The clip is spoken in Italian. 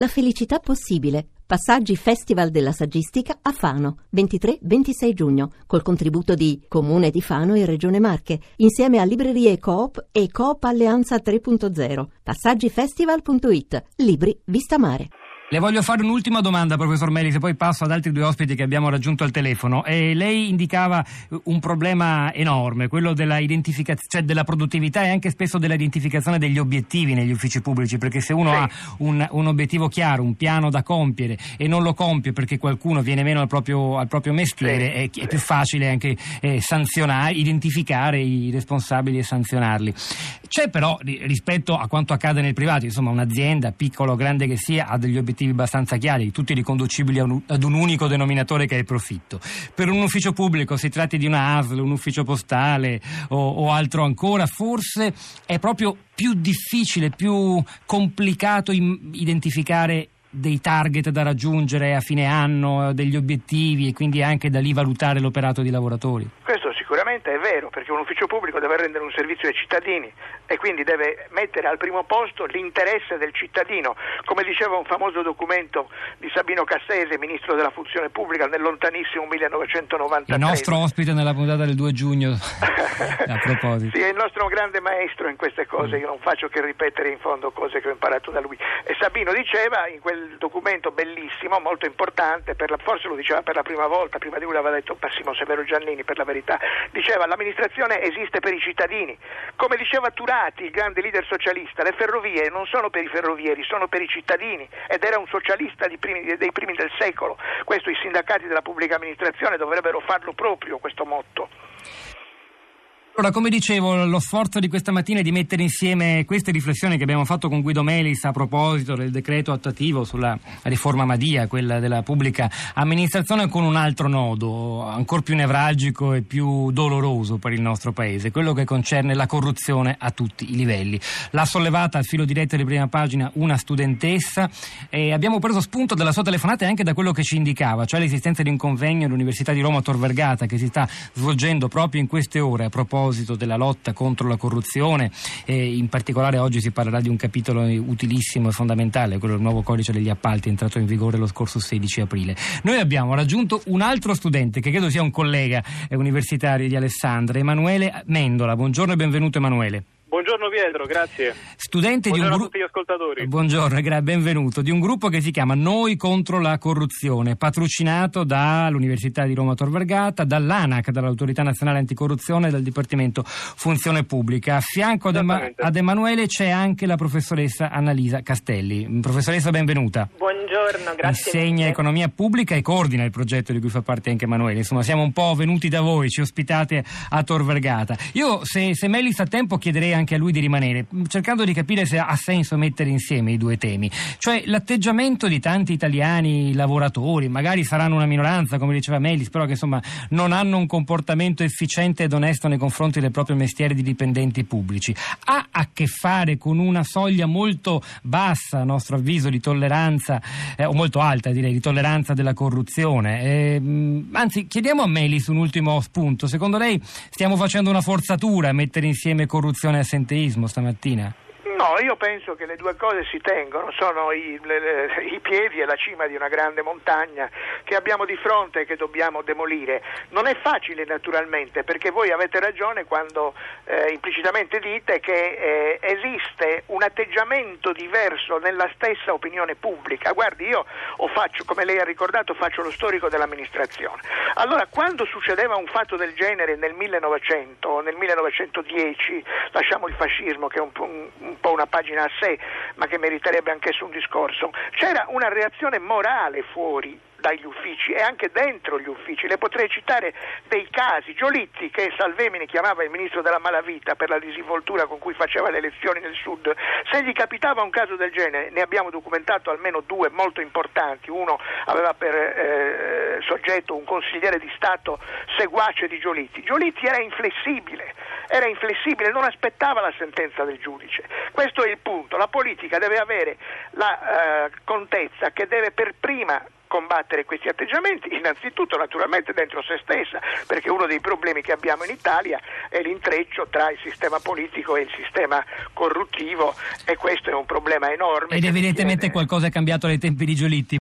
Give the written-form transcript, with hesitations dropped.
La felicità possibile. Passaggi Festival della Saggistica a Fano, 23-26 giugno, col contributo di Comune di Fano e Regione Marche, insieme a Librerie Coop e Coop Alleanza 3.0. Passaggifestival.it. Libri vista mare. Le voglio fare un'ultima domanda, professor Melis, e poi passo ad altri due ospiti che abbiamo raggiunto al telefono. Lei indicava un problema enorme, quello della identificazione, cioè della produttività e anche spesso della identificazione degli obiettivi negli uffici pubblici, perché se uno ha un obiettivo chiaro, un piano da compiere e non lo compie perché qualcuno viene meno al proprio mestiere, è più facile anche sanzionare, identificare i responsabili e sanzionarli. C'è però, rispetto a quanto accade nel privato, insomma un'azienda, piccola o grande che sia, ha degli obiettivi abbastanza chiari, tutti riconducibili ad un unico denominatore che è il profitto. Per un ufficio pubblico, si tratti di una ASL, un ufficio postale o altro ancora, forse è proprio più difficile, più complicato identificare dei target da raggiungere a fine anno, degli obiettivi, e quindi anche da lì valutare l'operato dei lavoratori. Questo sicuramente è vero, perché un ufficio pubblico deve rendere un servizio ai cittadini e quindi deve mettere al primo posto l'interesse del cittadino. Come diceva un famoso documento di Sabino Cassese, ministro della funzione pubblica, nel lontanissimo 1993. Il nostro ospite nella puntata del 2 giugno, a proposito. Sì, è il nostro grande maestro in queste cose, io non faccio che ripetere in fondo cose che ho imparato da lui. E Sabino diceva in quel documento bellissimo, molto importante, forse lo diceva per la prima volta, prima di lui l'aveva detto Massimo Severo Giannini, per la verità, diceva: l'amministrazione esiste per i cittadini. Come diceva Turati, il grande leader socialista, le ferrovie non sono per i ferrovieri, sono per i cittadini, ed era un socialista dei primi del secolo. Questo i sindacati della pubblica amministrazione dovrebbero farlo proprio, questo motto. Allora, come dicevo, lo sforzo di questa mattina è di mettere insieme queste riflessioni che abbiamo fatto con Guido Melis a proposito del decreto attuativo sulla riforma Madia, quella della pubblica amministrazione, con un altro nodo ancora più nevralgico e più doloroso per il nostro Paese, quello che concerne la corruzione a tutti i livelli. L'ha sollevata al filo diretto di prima pagina una studentessa e abbiamo preso spunto dalla sua telefonata e anche da quello che ci indicava, cioè l'esistenza di un convegno all'Università di Roma Tor Vergata che si sta svolgendo proprio in queste ore a proposito della lotta contro la corruzione, e in particolare oggi si parlerà di un capitolo utilissimo e fondamentale, quello del nuovo codice degli appalti entrato in vigore lo scorso 16 aprile. Noi abbiamo raggiunto un altro studente che credo sia un collega universitario di Alessandria, Emanuele Mendola. Buongiorno e benvenuto Emanuele. Buongiorno Pietro, grazie. Studente buongiorno di un a tutti gli ascoltatori. Buongiorno, benvenuto. Di un gruppo che si chiama Noi contro la corruzione, patrocinato dall'Università di Roma Tor Vergata, dall'ANAC, dall'Autorità Nazionale Anticorruzione e dal Dipartimento Funzione Pubblica. A fianco ad Emanuele c'è anche la professoressa Annalisa Castelli. Professoressa, benvenuta. Buongiorno, grazie. Insegna economia pubblica e coordina il progetto di cui fa parte anche Emanuele. Insomma, siamo un po' venuti da voi, ci ospitate a Tor Vergata. Io, se Melis ha tempo, chiederei anche a lui di rimanere, cercando di capire se ha senso mettere insieme i due temi, cioè l'atteggiamento di tanti italiani lavoratori, magari saranno una minoranza come diceva Melis, però che insomma non hanno un comportamento efficiente ed onesto nei confronti del proprio mestiere di dipendenti pubblici, ha a che fare con una soglia molto bassa, a nostro avviso, di tolleranza, o molto alta direi, di tolleranza della corruzione. Anzi, chiediamo a Melis un ultimo spunto: secondo lei stiamo facendo una forzatura a mettere insieme corruzione e assenteismo stamattina? No, io penso che le due cose si tengono, sono i piedi e la cima di una grande montagna che abbiamo di fronte e che dobbiamo demolire. Non è facile naturalmente, perché voi avete ragione quando implicitamente dite che esiste un atteggiamento diverso nella stessa opinione pubblica. Guardi, io faccio, come lei ha ricordato, faccio lo storico dell'amministrazione. Allora, quando succedeva un fatto del genere nel 1900 o nel 1910, lasciamo il fascismo che è un po' una pagina a sé, ma che meriterebbe anch'esso un discorso, c'era una reazione morale fuori dagli uffici e anche dentro gli uffici. Le potrei citare dei casi. Giolitti, che Salvemini chiamava il ministro della malavita per la disinvoltura con cui faceva le elezioni nel sud, se gli capitava un caso del genere, ne abbiamo documentato almeno due molto importanti. Uno aveva per soggetto un consigliere di Stato seguace di Giolitti. Giolitti era inflessibile, era inflessibile, non aspettava la sentenza del giudice. Questo è il punto. La politica deve avere la contezza che deve per prima combattere questi atteggiamenti, innanzitutto naturalmente dentro se stessa, perché uno dei problemi che abbiamo in Italia è l'intreccio tra il sistema politico e il sistema corruttivo, e questo è un problema enorme. Ed evidentemente qualcosa è cambiato dai tempi di Giolitti.